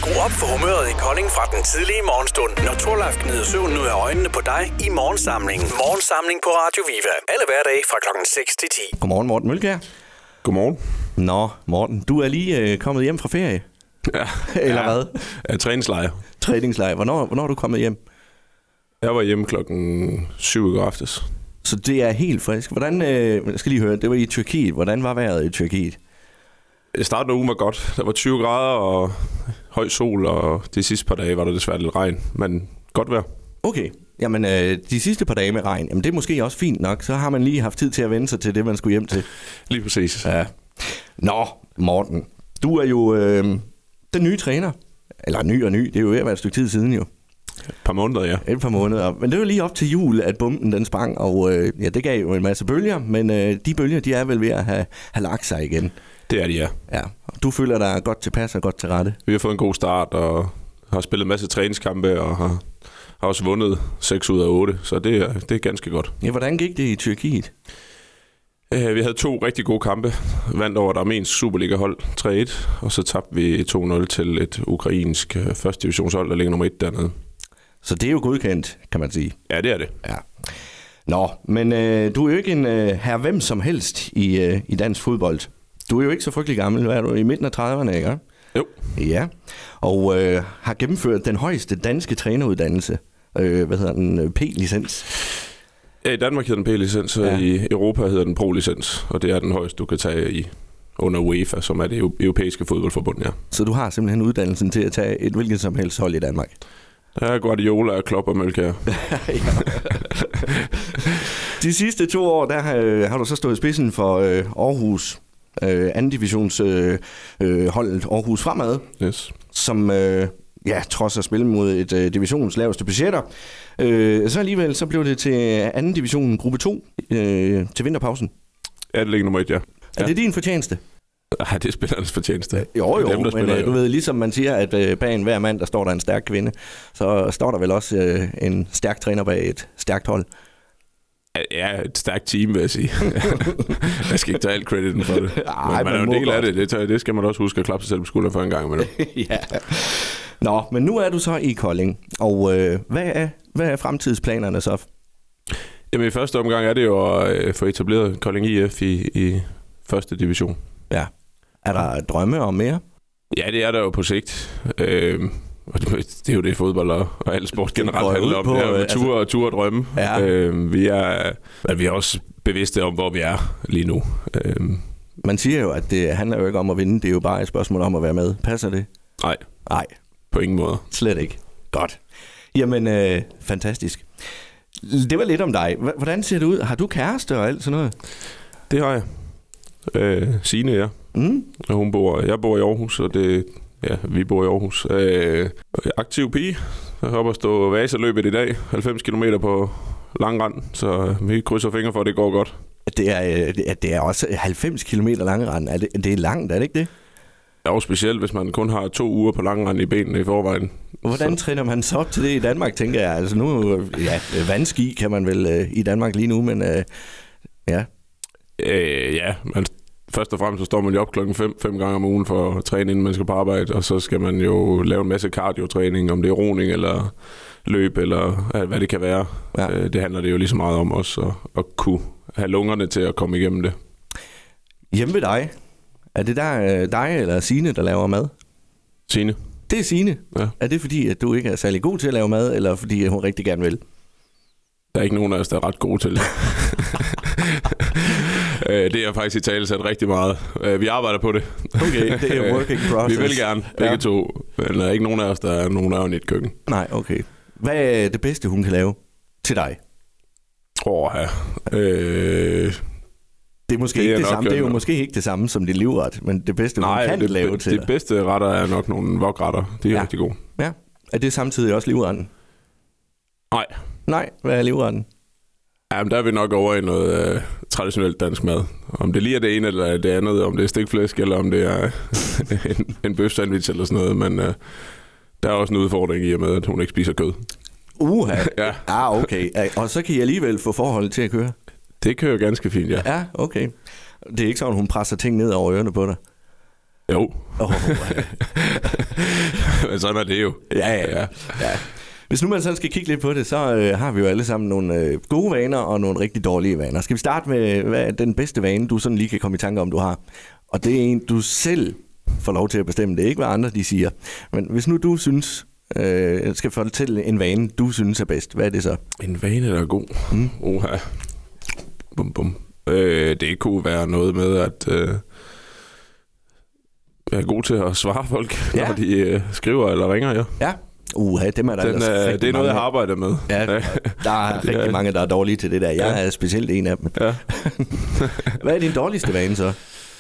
Skru op for humøret i Kolding fra den tidlige morgenstund, når Torleif gnider søvn ud af øjnene på dig i Morgensamling. Morgensamling på Radio Viva. Alle hverdage fra klokken 6 til 10. Godmorgen, Morten Mølkjær. Godmorgen. Nå, Morten, du er lige kommet hjem fra ferie. Ja. Eller hvad? Ja, træningslejr. Træningslejr. Hvornår er du kommet hjem? Jeg var hjemme klokken 7 i går aftes. Så det er helt frisk. Hvordan, jeg skal lige høre, det var i Tyrkiet. Hvordan var vejret i Tyrkiet? Jeg startede ugen var godt. Der var 20 grader og høj sol, og de sidste par dage var der desværre lidt regn, men godt vejr. Okay, jamen de sidste par dage med regn, jamen det er måske også fint nok. Så har man lige haft tid til at vende sig til det, man skulle hjem til. Lige præcis. Ja. Nå, Morten, du er jo den nye træner. Eller ny og ny, det er jo ved at være et stykke tid siden jo. Et par måneder, ja. Et par måneder. Men det var lige op til jul, at bomben den sprang, og ja, det gav jo en masse bølger, men de bølger, de er vel ved at have lagt sig igen. Det er de, ja. Ja. Du føler dig godt tilpas og godt til rette? Vi har fået en god start, og har spillet en masse træningskampe, og har også vundet 6 ud af 8, så det er ganske godt. Ja, hvordan gik det i Tyrkiet? Vi havde 2 rigtig gode kampe. Vandt over der armensk Superliga-hold 3-1, og så tabte vi 2-0 til et ukrainsk første divisionshold, der ligger nummer 1 dernede. Så det er jo godkendt, kan man sige. Ja, det er det. Ja. Nå, men du er jo ikke en herre hvem som helst i dansk fodbold. Du er jo ikke så frygtelig gammel. Hvad er du, i midten af 30'erne, ikke? Jo. Ja, og har gennemført den højeste danske træneruddannelse. Hvad hedder den? P-licens. Ja, i Danmark hedder den P-licens, og i Europa hedder den Pro-licens. Og det er den højeste, du kan tage under UEFA, som er det europæiske fodboldforbund, ja. Så du har simpelthen uddannelsen til at tage et hvilket som helst hold i Danmark? Der er Guardiola, Klopp og Mølkjær. De sidste 2 år, der har du så stået i spidsen for Aarhus, anden divisions holdet Aarhus Fremad, yes. Som trods at spille mod et divisions laveste budgetter, så alligevel så blev det til anden division gruppe 2 til vinterpausen. Ja, det ligger nummer 1, ja. Er det din fortjeneste? Nej, det er spillernes fortjeneste. Jo, dem, men du ved, ligesom man siger, at bag en hver mand, der står der en stærk kvinde, så står der vel også en stærk træner bag et stærkt hold. Ja, et stærkt team, vil jeg sige. Jeg skal ikke tage alt crediten for det. Ej, man er jo en del af det. Det skal man også huske at klappe sig selv på skulderen for en gang. Ja. Nå, men nu er du så i Kolding, og hvad er fremtidsplanerne så? Jamen i første omgang er det jo at få etableret Kolding IF i første division. Ja. Er der drømme om mere? Ja, det er der jo på sigt. Det er jo det fodbold og al sport generelt handler om. Det er tur og drømme. Ja. Vi er også bevidste om, hvor vi er lige nu. Man siger jo, at det handler jo ikke om at vinde. Det er jo bare et spørgsmål om at være med. Passer det? Nej. På ingen måde. Slet ikke. Godt. Jamen, fantastisk. Det var lidt om dig. Hvordan ser det ud? Har du kæreste og alt sådan noget? Det har jeg. Signe, ja. Og jeg bor i Aarhus, og vi bor i Aarhus. Aktiv pige. Jeg hopper at stå vaseløbet i dag. 90 km på lang rand, så vi krydser fingre for, at det går godt. Det er også 90 km lang rand. Det er langt, er det ikke det? Ja, og specielt hvis man kun har 2 uger på lang rand i benene i forvejen. Hvordan træner man så op til det i Danmark, tænker jeg? Altså nu, vandski kan man vel i Danmark lige nu, men ja. Men først og fremmest så står man jo op klokken 5 gange om ugen for at træne, inden man skal på arbejde, og så skal man jo lave en masse cardio-træning, om det er roning eller løb, eller hvad det kan være. Ja. Det handler det jo lige så meget om også, at kunne have lungerne til at komme igennem det. Hjemme ved dig, er det dig eller Signe, der laver mad? Signe. Det er Signe? Ja. Er det fordi, at du ikke er særlig god til at lave mad, eller fordi hun rigtig gerne vil? Der er ikke nogen af os, der er ret gode til det. Det er faktisk i tale sat rigtig meget. Vi arbejder på det. Okay, det er working process. Vi vil gerne, begge to. Men der er ikke nogen af os, der er nogen af i et køkken. Nej, okay. Hvad er det bedste, hun kan lave til dig? Det er måske ikke det samme. Det er jo måske ikke det samme som dit livret, men det bedste, hun kan lave til dig. Det bedste retter er nok nogle wokretter. De er rigtig gode. Ja. Er det samtidig også livretten? Nej, hvad er livretten? Jamen, der er vi nok over i noget traditionelt dansk mad. Om det lige er det ene eller det andet, om det er stikflæsk, eller om det er en bøf sandwich eller sådan noget, men der er også en udfordring i og med, at hun ikke spiser kød. Ja. Okay. Og så kan I alligevel få forholdet til at køre? Det kører ganske fint, ja. Ja, okay. Det er ikke sådan, hun presser ting ned over ørerne på dig? Jo. Men sådan er det jo. Ja. Hvis nu man sådan skal kigge lidt på det, så har vi jo alle sammen nogle gode vaner og nogle rigtig dårlige vaner. Skal vi starte med, hvad er den bedste vane, du sådan lige kan komme i tanke om, du har? Og det er en, du selv får lov til at bestemme. Det er ikke, hvad andre de siger. Men hvis nu du synes, skal fortælle en vane, du synes er bedst, hvad er det så? En vane, der er god? Oha. Bum. Det kunne være noget med, at jeg er god til at svare folk, når de skriver eller ringer, ja. Ja. Dem er der det er noget, jeg har arbejdet med. Ja, der er rigtig mange, der er dårlige til det der. Jeg er specielt en af dem. Ja. Hvad er din dårligste vane så?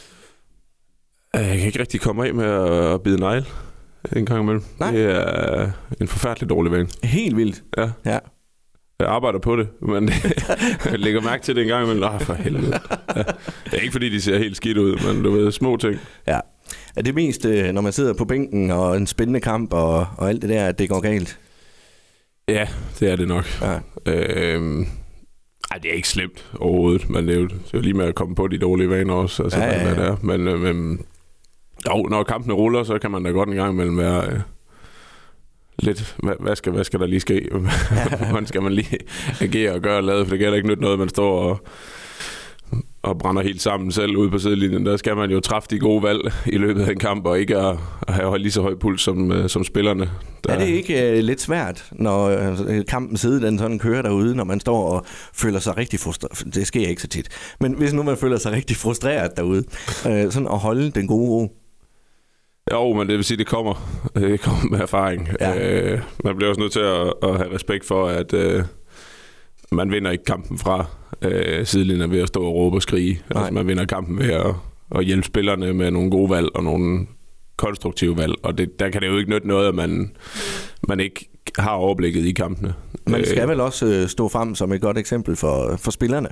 Jeg kan ikke rigtig komme af med at bide negl en gang imellem. Nej. Det er en forfærdelig dårlig vane. Helt vildt. Ja. Jeg arbejder på det, men jeg lægger mærke til det en gang imellem. For helvede. Ja. Det er ikke fordi, de ser helt skidt ud, men du ved, små ting. Ja. Er det mest, når man sidder på bænken og en spændende kamp og alt det der, at det går galt? Ja, det er det nok. Ja. Det er ikke slemt overhovedet, men det er jo lige med at komme på de dårlige vaner også. Altså, hvad det er. Men når kampene ruller, så kan man da godt en gang imellem være lidt, hvad skal der lige ske? Hvordan skal man lige agere og gøre og lade? For det kan ikke nytte noget, man står og brænder helt sammen selv ude på sidelinjen. Der skal man jo træffe de gode valg i løbet af en kamp, og ikke at have lige så høj puls som spillerne. Er det ikke lidt svært, når kampen sidder, den sådan kører derude, når man står og føler sig rigtig frustreret? Det sker ikke så tit. Men hvis nu man føler sig rigtig frustreret derude, sådan at holde den gode ro? Jo, men det vil sige, det kommer med erfaring. Ja. Man bliver også nødt til at have respekt for, at man vinder ikke kampen fra sidelinjen ved at stå og råbe og skrige. Altså, man vinder kampen ved at hjælpe spillerne med nogle gode valg og nogle konstruktive valg. Og der kan det jo ikke nytte noget, at man ikke har overblikket i kampene. Man skal vel også stå frem som et godt eksempel for spillerne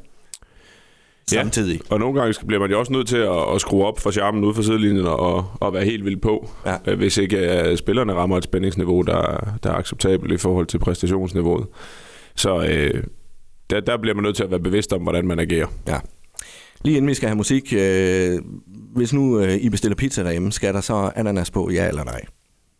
samtidig. Ja, og nogle gange bliver man jo også nødt til at skrue op for charmen ude for sidelinjen og være helt vild på, hvis ikke spillerne rammer et spændingsniveau, der er acceptabelt i forhold til præstationsniveauet. Så der bliver man nødt til at være bevidst om, hvordan man agerer. Ja. Lige inden vi skal have musik, hvis nu I bestiller pizza derhjemme, skal der så ananas på, ja eller nej?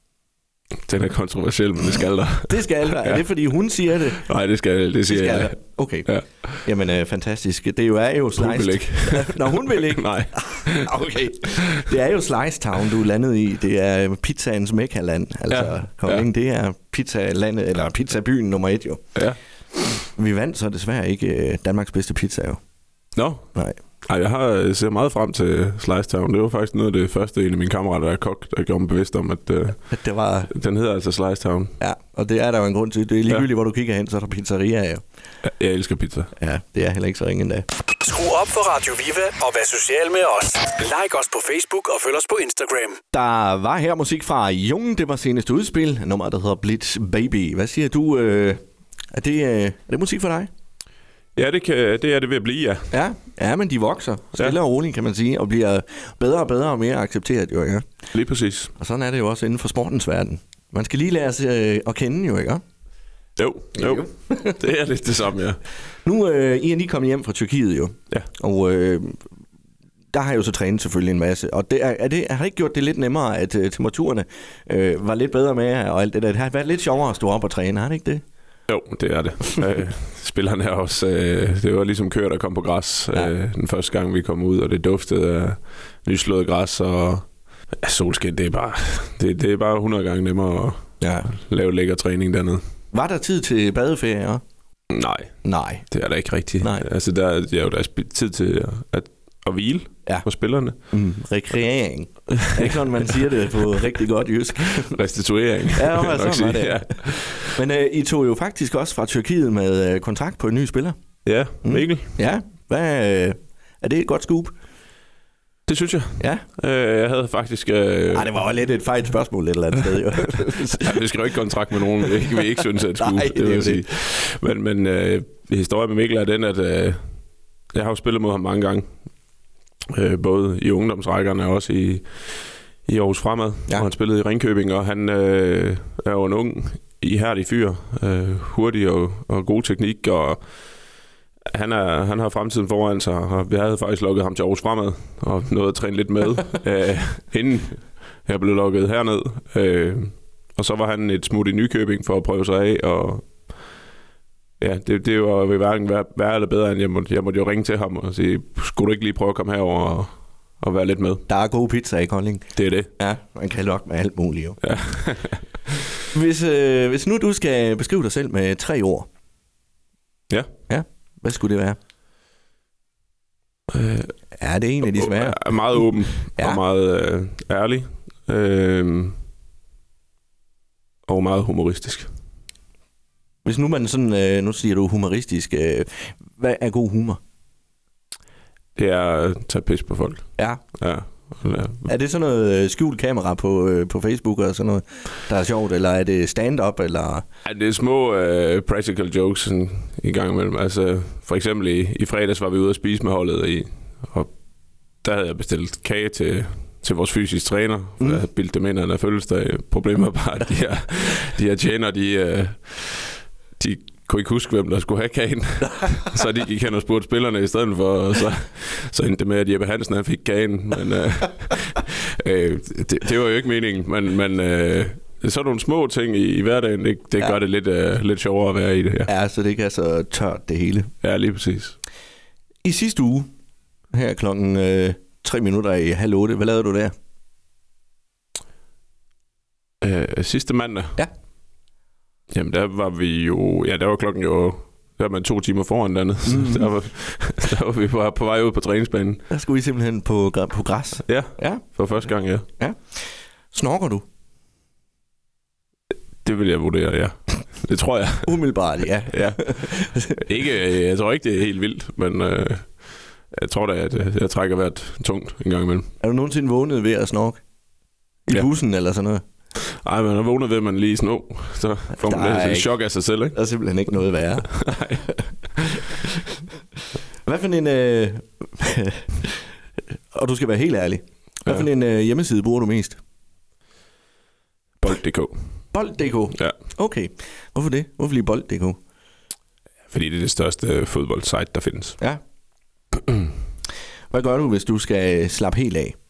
Den er kontroversiel, men det skal der. Det skal der? Ja. Er det, fordi hun siger det? Nej, det siger jeg. Okay. Ja. Jamen, fantastisk. Det er jo sliced. Hun vil ikke. Nå, hun vil ikke? Nej. Okay. Det er jo Slice Town, du er landet i. Det er pizzaens mekkaland. Altså, Kolding, det er pizzalandet, eller pizzabyen nummer 1 jo. Ja. Vi vandt så desværre ikke Danmarks bedste pizza jo. Nå? Nej. Ej, jeg ser meget frem til Slice Town. Det var faktisk noget af det første, en af mine kammerater, der er kok, der gjorde mig bevidst om, at det var... den hedder altså Slice Town. Ja, og det er der jo en grund til. Det er ligegyldigt, hvor du kigger hen, så er der pizzeria jo. Jeg elsker pizza. Ja, det er heller ikke så ringe endda. Skru op for Radio Viva og vær social med os. Like os på Facebook og følg os på Instagram. Der var her musik fra Jung. Det var seneste udspil. Nummer, der hedder Blitz Baby. Hvad siger du? Er det musik for dig? Ja, det er det ved at blive, ja. Ja, men de vokser stille og roligt, kan man sige, og bliver bedre og bedre og mere accepteret, jo, ja. Lige præcis. Og sådan er det jo også inden for sportens verden. Man skal lige lære sig at kende, jo, ikke? Jo. Det er lidt det samme, ja. Nu I er lige kommet hjem fra Tyrkiet, jo. Ja. Og der har jeg jo så trænet selvfølgelig en masse. Og har det ikke gjort det lidt nemmere, at temperaturerne var lidt bedre med, og alt det der. Det har været lidt sjovere at stå op og træne, har det ikke det? Jo, det er det. Spillerne er også... det var ligesom køer, der kom på græs den første gang, vi kom ud, og det duftede af nyslået græs, og solskin, det er bare 100 gange nemmere at lave lækker træning dernede. Var der tid til badeferie, ja? Nej, det er der ikke rigtigt. Nej. Altså, der er tid til at hvile for spillerne. Rekreering. Det er ikke sådan, man siger det på rigtig godt jysk. Restituering. Ja, sådan var det. Ja. Men I tog jo faktisk også fra Tyrkiet med kontrakt på en ny spiller. Ja, Mikkel. Ja, er det et godt scoop? Det synes jeg. Ja. Jeg havde faktisk... det var jo lidt et fejl spørgsmål et eller andet sted, jo. Vi skal jo ikke kontrakt med nogen, vi ikke synes, at scoop. Nej, det vil sige. Men historien med Mikkel er den, at jeg har jo spillet mod ham mange gange. Både i ungdomsrækkerne og også i Aarhus Fremad, hvor han spillede i Ringkøbing, og han er jo en ung, ihærdig fyr, hurtig og god teknik, og han har fremtiden foran sig, og vi havde faktisk lukket ham til Aarhus Fremad, og nåede at træne lidt med, inden jeg blev lukket herned. Og så var han et smut i Nykøbing for at prøve sig af, og ja, det var jo hverken værre eller bedre, end jeg måtte jo ringe til ham og sige, skulle du ikke lige prøve at komme herover og være lidt med? Der er gode pizza i Kolding. Det er det. Ja, man kan lokke med alt muligt jo. Ja. Hvis nu du skal beskrive dig selv med 3 ord. Ja. Ja, hvad skulle det være? Er det en af de svære? Er meget åben og meget ærlig. Og meget humoristisk. Hvis nu man sådan, nu siger du humoristisk, hvad er god humor? Det er at tage pis på folk. Ja. Ja. Er det sådan noget skjult kamera på Facebook og sådan noget, der er sjovt, eller er det stand-up, eller? Ja, det er små practical jokes sådan, i gang imellem. Altså, for eksempel i fredags var vi ude at spise med holdet, og der havde jeg bestilt kage til vores fysisk træner, for jeg havde bildt dem ind, at der fødselsdag. Problemet var bare, at de her tjener, de kunne ikke huske, hvem der skulle have kagen. Så de gik hen og spurgte spillerne i stedet for, og så endte det med, at Jeppe Hansen han fik kagen. Men det var jo ikke meningen, men sådan nogle små ting i hverdagen, det gør det lidt sjovere at være i det her. Ja, så det ikke er så tørt det hele. Ja, lige præcis. I sidste uge, her klokken 3 minutter i 7:30, hvad lavede du der? Sidste mandag? Ja. Jamen, der var vi jo... Ja, der var klokken jo... Der var man 2 timer foran dernede. Der var vi på vej ud på træningsbanen. Der skulle I simpelthen på græs? Ja, for første gang, ja. Snorker du? Det vil jeg vurdere, ja. Det tror jeg. Umiddelbart, ja. Ja. Jeg tror ikke, det er helt vildt, men jeg tror da, at jeg trækker hvert tungt en gang imellem. Er du nogensinde vågnet ved at snorke? I bussen eller sådan noget? Nej, man er vågnet ved, at man lige så får man lidt chok af sig selv, ikke? Der er simpelthen ikke noget værre. Nej. Hvad for en... og du skal være helt ærlig. Hvad for en hjemmeside bruger du mest? Bold.dk. Bold.dk? Ja. Okay. Hvorfor det? Hvorfor lige Bold.dk? Fordi det er det største fodboldsite, der findes. Ja. Hvad gør du, hvis du skal slappe helt af?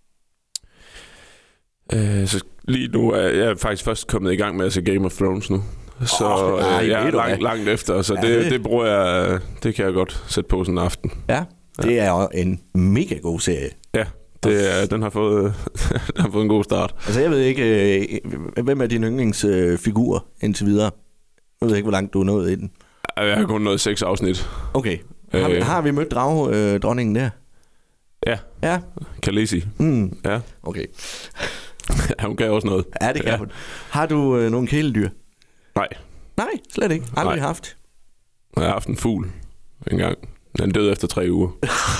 Så lige nu er jeg faktisk først kommet i gang med at se Game of Thrones nu. Så jeg er langt efter, så det bruger jeg, det kan jeg godt sætte på sådan en aften. Ja, det er jo en mega god serie. Ja, den har fået en god start. Altså jeg ved ikke, hvem er din yndlingsfigur indtil videre? Jeg ved ikke, hvor langt du er nået i den. Jeg har kun nået 6 afsnit. Okay. Har vi mødt dragdronningen der? Ja. Khaleesi. Ja. Okay. Ja, hun kan også noget. Ja, det kan hun. Har du nogle kæledyr? Nej. Nej, slet ikke. Aldrig haft. Jeg har haft en fugl engang. Den døde efter 3 uger.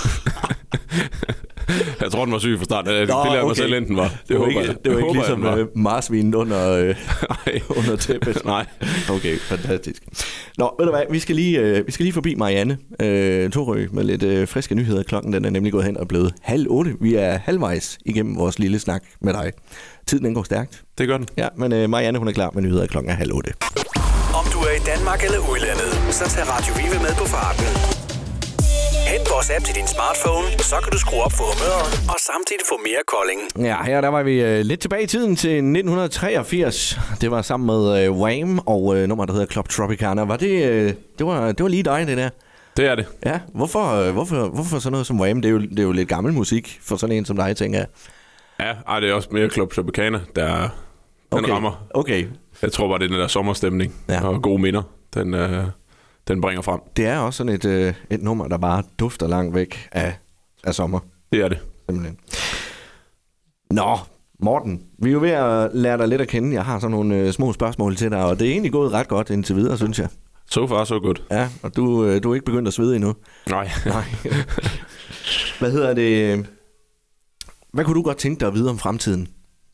Jeg tror, den var syg fra starten. Det billede af mig selv, enten var. Det var ikke ligesom marsvinen under tæppet. Nej. Okay, fantastisk. Nå, ved du hvad, vi skal lige forbi Marianne Torø med lidt friske nyheder. Klokken den er nemlig gået hen og blevet 7:30. Vi er halvvejs igennem vores lille snak med dig. Tiden den går stærkt. Det gør den. Ja, men Marianne hun er klar med nyheder. Klokken er 7:30. Om du er i Danmark eller udlandet, så tag Radio Vive med på farten. Hent vores app til din smartphone, så kan du skrue op for humøret og samtidig få mere Kolding. Ja, her der var vi lidt tilbage i tiden til 1983. Det var sammen med Wham og nummer, der hedder Club Tropicana. Det var lige dig, det der? Det er det. Ja, hvorfor sådan noget som Wham? Det er jo lidt gammel musik for sådan en som dig, tænker jeg. Ja, det er også mere Club Tropicana, der den rammer. Okay. Jeg tror bare, det er den der sommerstemning og gode minder, den bringer frem. Det er også sådan et nummer, der bare dufter langt væk af sommer. Det er det. Simpelthen. Nå, Morten, vi er jo ved at lære dig lidt at kende. Jeg har sådan nogle små spørgsmål til dig, og det er egentlig gået ret godt indtil videre, synes jeg. So far, so good. Ja, og du er ikke begyndt at svede endnu. Nej. Hvad hedder det? Hvad kunne du godt tænke dig at vide om fremtiden?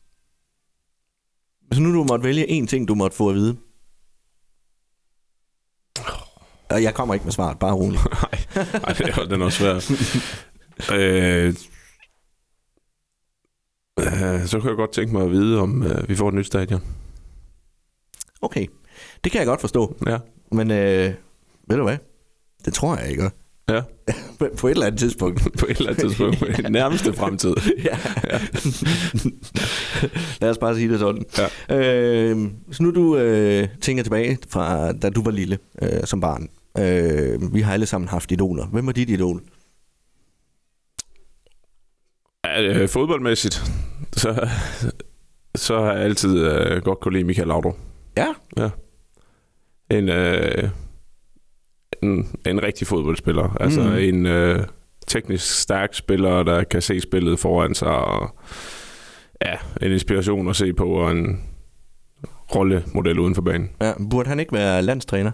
Hvis nu du måtte vælge én ting, du måtte få at vide. Jeg kommer ikke med svaret, bare roligt. Nej, den er også svær. Så kan jeg godt tænke mig at vide, om vi får et nyt stadion. Okay, det kan jeg godt forstå. Ja. Men ved du hvad? Det tror jeg ikke. Ja. På et eller andet tidspunkt. På et eller andet tidspunkt. I den nærmeste fremtid. Ja. Lad os bare sige det sådan. Ja. Så nu du tænker tilbage fra, da du var lille som barn. Vi har alle sammen haft idoler. Hvem var dit idol? Fodboldmæssigt, så har jeg altid godt kunne lide Michael Laudrup. Ja? Ja. En rigtig fodboldspiller. Altså en teknisk stærk spiller, der kan se spillet foran sig. Og, ja, en inspiration at se på, og en rollemodel uden for banen. Ja, burde han ikke være landstræner?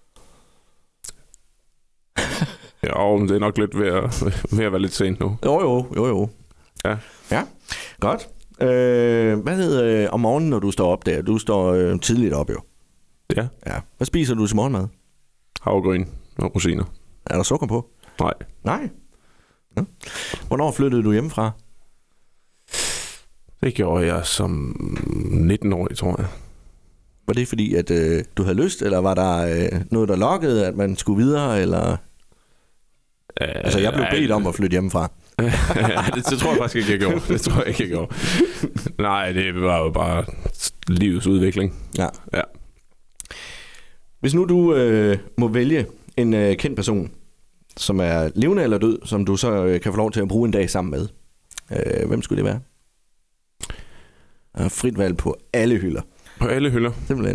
Ja, det er nok lidt ved at være lidt sent nu. Jo. Ja, godt. Hvad hedder om morgenen, når du står op der? Du står tidligt op, jo. Ja. Hvad spiser du til morgenmad? Havregryn og rosiner. Er der sukker på? Nej. Ja. Hvornår flyttede du hjemmefra? Det gjorde jeg som 19-årig, tror jeg. Var det fordi, at du havde lyst, eller var der noget, der lokkede, at man skulle videre, eller... Altså, jeg blev bedt om at flytte hjemmefra. det tror jeg faktisk ikke, jeg gjorde. Nej, det var jo bare livets udvikling. Ja. Ja. Hvis nu du må vælge en kendt person, som er levende eller død, som du så kan få lov til at bruge en dag sammen med, hvem skulle det være? Frit valg på alle hylder. På alle hylder? Simpelthen.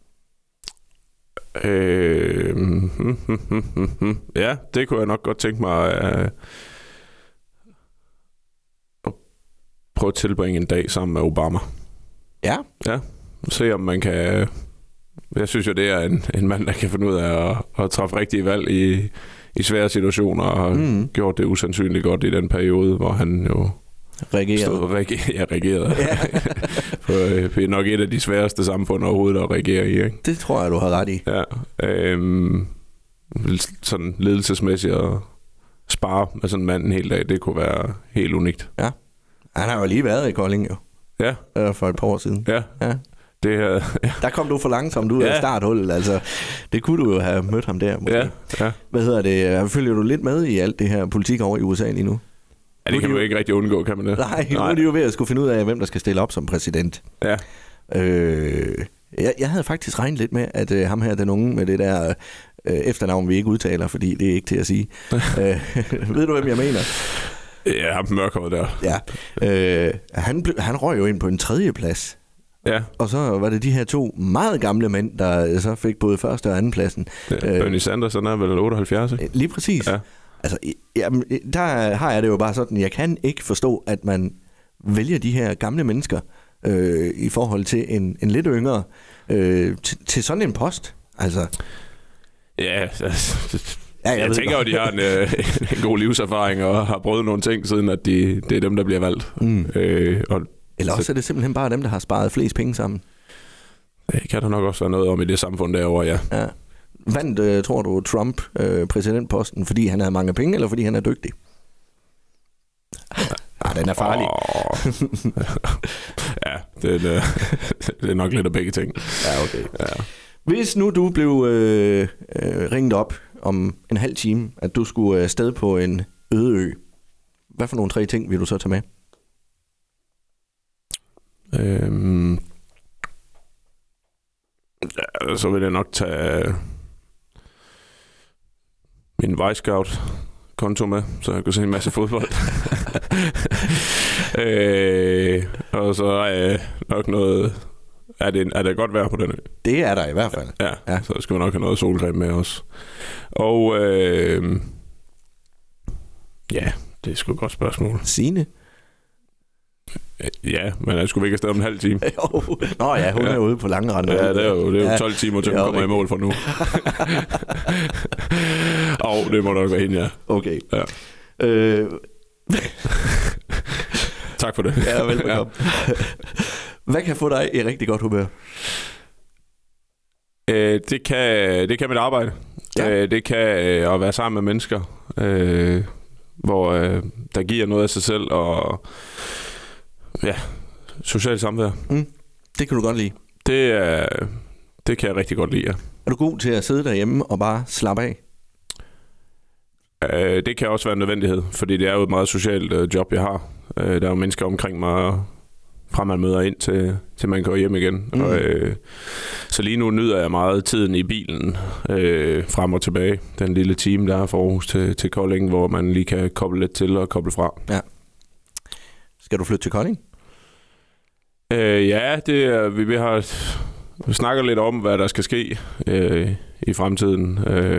Ja, det kunne jeg nok godt tænke mig at prøve at tilbringe en dag sammen med Obama. Ja? Ja, se om man kan... Jeg synes jo, det er en mand, der kan finde ud af at træffe rigtige valg i svære situationer, og gjort det usandsynligt godt i den periode, hvor han jo reagerede. Ja. på nok et af de sværeste samfund overhovedet at reagere i. Ikke? Det tror jeg, du har ret i. Ja. Sådan ledelsesmæssigt at spare med sådan en mand en hel dag, det kunne være helt unikt. Ja. Han har jo lige været i Kolding, jo. Ja. For et par år siden. Ja. Ja. Der kom du for langsomt ud af starthullet. Altså, det kunne du jo have mødt ham der. Måske. Ja. Hvad hedder det? Følger du lidt med i alt det her politik over i USA lige nu? Ja, det kan du ikke rigtig undgå, kan man det? Nej, nu er de jo ved at skulle finde ud af, hvem der skal stille op som præsident. Ja. Jeg havde faktisk regnet lidt med, at ham her, den unge med det der efternavn, vi ikke udtaler, fordi det er ikke til at sige. Ved du, hvem jeg mener? Ja, mørkhåret der. Ja. Han røg jo ind på en 3. plads. Ja. Og så var det de her 2 meget gamle mænd, der så fik både første og anden pladsen. Ja, Bernie Sanders, han er vel 78, ikke? Lige præcis. Ja. Altså, der har jeg det jo bare sådan, jeg kan ikke forstå, at man vælger de her gamle mennesker i forhold til en lidt yngre til sådan en post. Altså. Ja, jeg tænker jo, de har en god livserfaring og har prøvet nogle ting, siden at det er dem, der bliver valgt. Eller også er det simpelthen bare dem, der har sparet flest penge sammen. Det kan der nok også være noget om i det samfund derovre, ja. Vandt, tror du, Trump præsidentposten, fordi han havde mange penge, eller fordi han er dygtig? Den er farlig. Ja, det er nok lidt af begge ting. Ja, okay. Ja. Hvis nu du blev ringet op om en halv time, at du skulle afsted på en øde ø, hvad for nogle 3 ting vil du så tage med? Så vil jeg nok tage min Vejscout-konto med, så jeg kan se en masse fodbold. Og så nok noget... Er det godt vejr på den ø? Det er der i hvert fald. Ja. Så skal vi nok have noget solcreme med os. Og ja, det er sgu et godt spørgsmål. Signe? Ja, men jeg skulle ikke afsted om en halv time. Nå ja, hun er ude på langrende. Ja, det er jo 12 timer til, hun kommer i mål for nu. Og det må nok være hende, ja. Okay. Ja. Tak for det. Ja, velbekomme. Hvad kan få dig i rigtig godt humør? Det kan mit arbejde. Ja. Det kan at være sammen med mennesker, hvor der giver noget af sig selv, og ja, socialt samvær. Det kan du godt lide? Det kan jeg rigtig godt lide, ja. Er du god til at sidde derhjemme og bare slappe af? Det kan også være en nødvendighed, fordi det er jo et meget socialt job, jeg har. Der er jo mennesker omkring mig, fra man møder ind til man går hjem igen. Så lige nu nyder jeg meget tiden i bilen frem og tilbage. Den lille time, der er fra Aarhus til Kolding, hvor man lige kan koble lidt til og koble fra. Ja. Skal du flytte til Kolding? Ja, vi snakker lidt om, hvad der skal ske i fremtiden.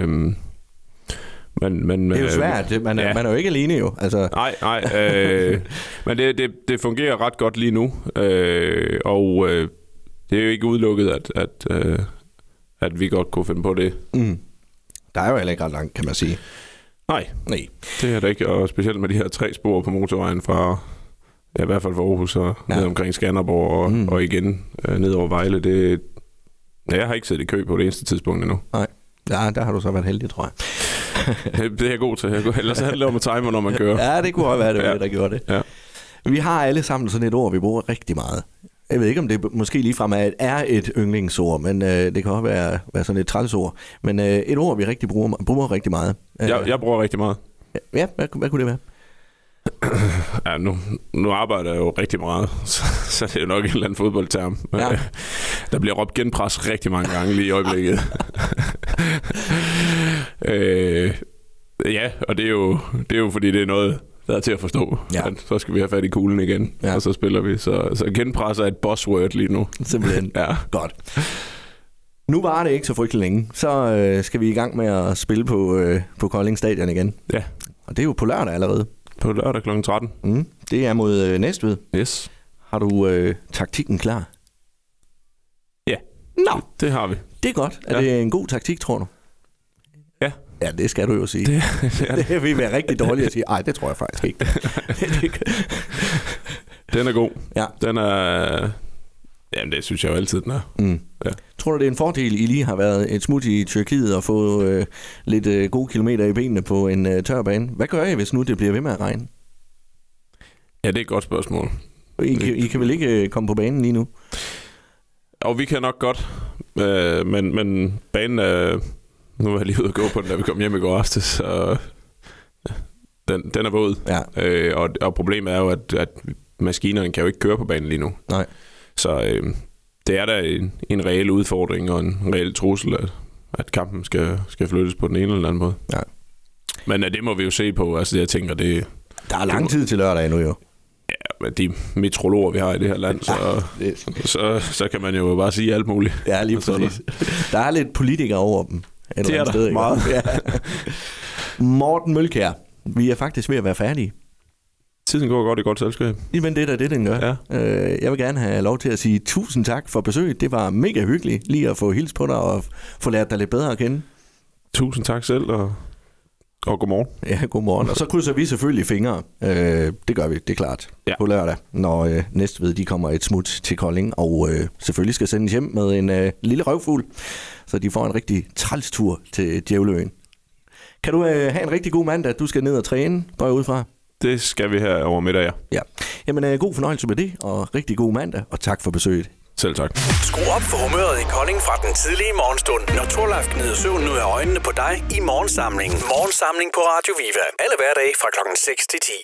Men det er jo svært. Man er jo ikke alene jo. Altså. Nej. Men det fungerer ret godt lige nu. Og det er jo ikke udelukket, at vi godt kunne finde på det. Der er jo heller ikke ret langt, kan man sige. Nej. Det er der ikke. Og specielt med de her 3 spor på motorvejen fra... Ja, i hvert fald for Aarhus og ned omkring Skanderborg og igen ned over Vejle. Jeg har ikke siddet i kø på det eneste tidspunkt endnu. Nej, ja, der har du så været heldig, tror jeg. Det er jeg god til. Ellers handler det om at time, når man kører. Ja, det kunne også være det, der gjorde det. Ja. Vi har alle sammen sådan et ord, vi bruger rigtig meget. Jeg ved ikke, om det måske ligefrem er et yndlingsord, men det kan også være sådan et trælsord. Men et ord, vi rigtig bruger rigtig meget. Jeg bruger rigtig meget. Ja, hvad kunne det være? Ja, nu arbejder jeg jo rigtig meget, så det er jo nok en eller anden fodboldterm. Ja. Der bliver råbt genpres rigtig mange gange lige i øjeblikket. Ja, og det er jo fordi, det er noget, der er til at forstå. Ja. Så skal vi have fat i kuglen igen, og så spiller vi. Så genpres er et buzzword lige nu. Simpelthen. Ja. Godt. Nu var det ikke så frygtelig længe. Så skal vi i gang med at spille på Kolding Stadion igen. Ja. Og det er jo på lørdag allerede. På lørdag kl. 13. Det er mod Næstved. Yes. Har du taktikken klar? Ja. Nå. Det har vi. Det er godt. Er det en god taktik, tror du? Ja. Ja, det skal du jo sige. Det vil være rigtig dårligt at sige. Ej, det tror jeg faktisk ikke. Den er god. Ja. Den er... Jamen, det synes jeg jo altid, den er. Ja. Tror du, det er en fordel, I lige har været et smut i Tyrkiet og fået lidt gode kilometer i benene på en tør bane? Hvad gør I, hvis nu det bliver ved med at regne? Ja, det er et godt spørgsmål. I kan vel ikke komme på banen lige nu? Og vi kan nok godt, men banen er... Nu var jeg lige ude at gå på den, da vi kom hjem i går aftes, så den er våd. Ja. Og problemet er jo, at maskinerne kan jo ikke køre på banen lige nu. Nej. Så det er da en reel udfordring og en reel trussel, at kampen skal flyttes på den ene eller anden måde. Ja. Men det må vi jo se på. Altså, jeg tænker, det... Der er lang tid til lørdag endnu, jo. Ja, men de meteorologer, vi har i det her land, så kan man jo bare sige alt muligt. Ja, lige præcis. Der er lidt politikere over dem. Det er der sted, meget. Ja. Morten Mølkjær, vi er faktisk ved at være færdige. Tiden går godt i godt selskab. Men det er det, den gør. Ja. Jeg vil gerne have lov til at sige tusind tak for besøget. Det var mega hyggeligt lige at få hils på dig og få lært dig lidt bedre at kende. Tusind tak selv, og godmorgen. Ja, godmorgen. Og så krydser vi selvfølgelig fingre. Det gør vi, det er klart. Ja. På lørdag, når Næstved de kommer et smut til Kolding, og selvfølgelig skal sendes hjem med en lille røvfugl, så de får en rigtig trælstur til Djævleøen. Kan du have en rigtig god mandag, at du skal ned og træne, går jeg ud fra? Det skal vi her over middag, ja. Jamen, god fornøjelse med det, og rigtig god mandag, og tak for besøget. Selv tak. Skru op for humøret i Kolding fra den tidlige morgenstund, når Torleif gnider søvnen ud af øjnene på dig i Morgensamlingen. Morgensamling på Radio Viva. Alle hverdage fra klokken 6 til 10.